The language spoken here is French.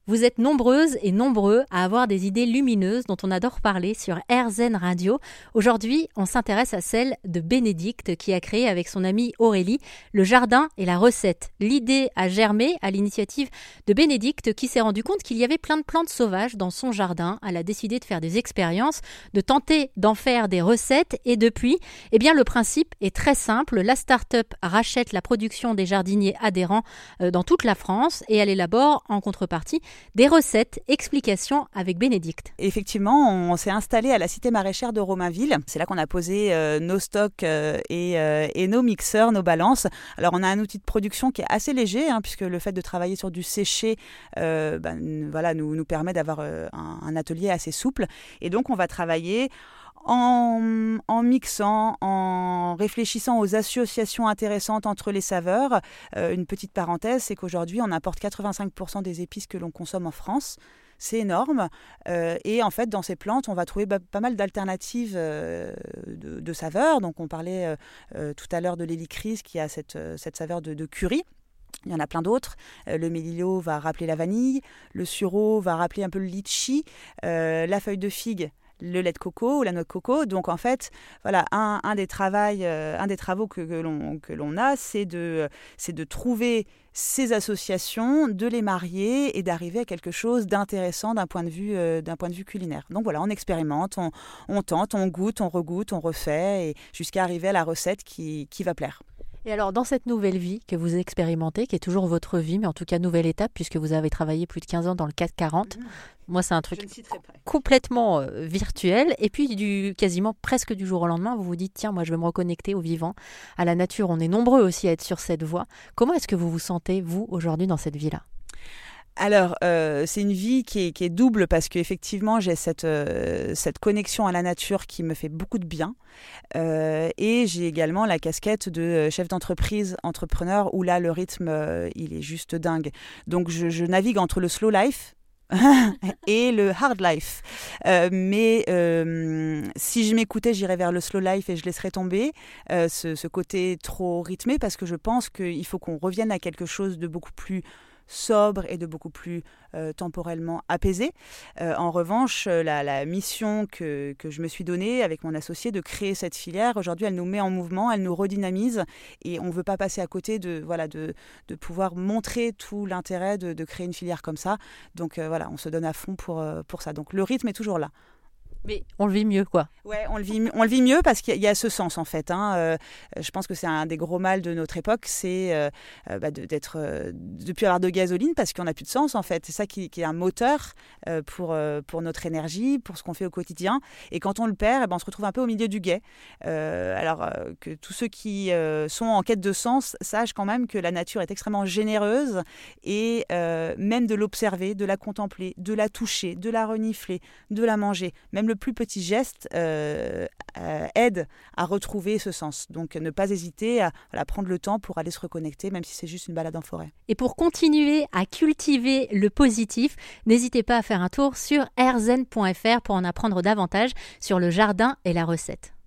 Vous êtes nombreuses et nombreux à avoir des idées lumineuses dont on adore parler sur RZN Radio. Aujourd'hui, on s'intéresse à celle de Bénédicte qui a créé avec son amie Aurélie le jardin et la recette. L'idée a germé à l'initiative de Bénédicte qui s'est rendu compte qu'il y avait plein de plantes sauvages dans son jardin. Elle a décidé de faire des expériences, de tenter d'en faire des recettes et depuis, le principe est très simple. La start-up rachète la production des jardiniers adhérents dans toute la France et elle élabore en contrepartie des recettes, explications avec Bénédicte. Effectivement, on s'est installé à la cité maraîchère de Romainville. C'est là qu'on a posé nos stocks et nos mixeurs, nos balances. Alors on a un outil de production qui est assez léger, puisque le fait de travailler sur du séché nous permet d'avoir un atelier assez souple. Et donc on va travailler en mixant, en réfléchissant aux associations intéressantes entre les saveurs. Une petite parenthèse, c'est qu'aujourd'hui, on importe 85% des épices que l'on consomme en France. C'est énorme. Et en fait, dans ces plantes, on va trouver pas mal d'alternatives de saveurs. Donc, on parlait tout à l'heure de l'hélicryse qui a cette saveur de curry. Il y en a plein d'autres. Le mélilot va rappeler la vanille. Le sureau va rappeler un peu le litchi. La feuille de figue, le lait de coco ou la noix de coco. Donc en fait, voilà, un des travaux que l'on a, c'est de trouver ces associations, de les marier et d'arriver à quelque chose d'intéressant d'un point de vue culinaire. Donc voilà, on expérimente, on tente, on goûte, on regoute, on refait et jusqu'à arriver à la recette qui va plaire. Et alors, dans cette nouvelle vie que vous expérimentez, qui est toujours votre vie, mais en tout cas nouvelle étape, puisque vous avez travaillé plus de 15 ans dans le CAC 40, moi c'est un truc complètement virtuel, et puis quasiment presque du jour au lendemain, vous vous dites, tiens, moi je vais me reconnecter au vivant, à la nature. On est nombreux aussi à être sur cette voie. Comment est-ce que vous vous sentez, vous, aujourd'hui, dans cette vie-là ? Alors, c'est une vie qui est double parce qu'effectivement, j'ai cette connexion à la nature qui me fait beaucoup de bien. Et j'ai également la casquette de chef d'entreprise, entrepreneur, où là, le rythme, il est juste dingue. Donc, je navigue entre le slow life et le hard life. Mais si je m'écoutais, j'irais vers le slow life et je laisserais tomber ce côté trop rythmé parce que je pense qu'il faut qu'on revienne à quelque chose de beaucoup plus sobre et de beaucoup plus temporellement apaisé. En revanche, la mission que je me suis donnée avec mon associé de créer cette filière, aujourd'hui, elle nous met en mouvement, elle nous redynamise et on ne veut pas passer à côté de pouvoir montrer tout l'intérêt de créer une filière comme ça. Donc on se donne à fond pour ça. Donc le rythme est toujours là. Mais on le vit mieux, quoi. Ouais, on le vit mieux parce qu'il y a ce sens, en fait. Je pense que c'est un des gros mal de notre époque, c'est de plus avoir de gasoline parce qu'on n'a plus de sens, en fait. C'est ça qui est un moteur pour notre énergie, pour ce qu'on fait au quotidien. Et quand on le perd, on se retrouve un peu au milieu du gué. Que tous ceux qui sont en quête de sens sachent quand même que la nature est extrêmement généreuse et même de l'observer, de la contempler, de la toucher, de la renifler, de la manger, même le plus petit geste aide à retrouver ce sens. Donc ne pas hésiter à prendre le temps pour aller se reconnecter, même si c'est juste une balade en forêt. Et pour continuer à cultiver le positif, n'hésitez pas à faire un tour sur rzn.fr pour en apprendre davantage sur le jardin et la recette.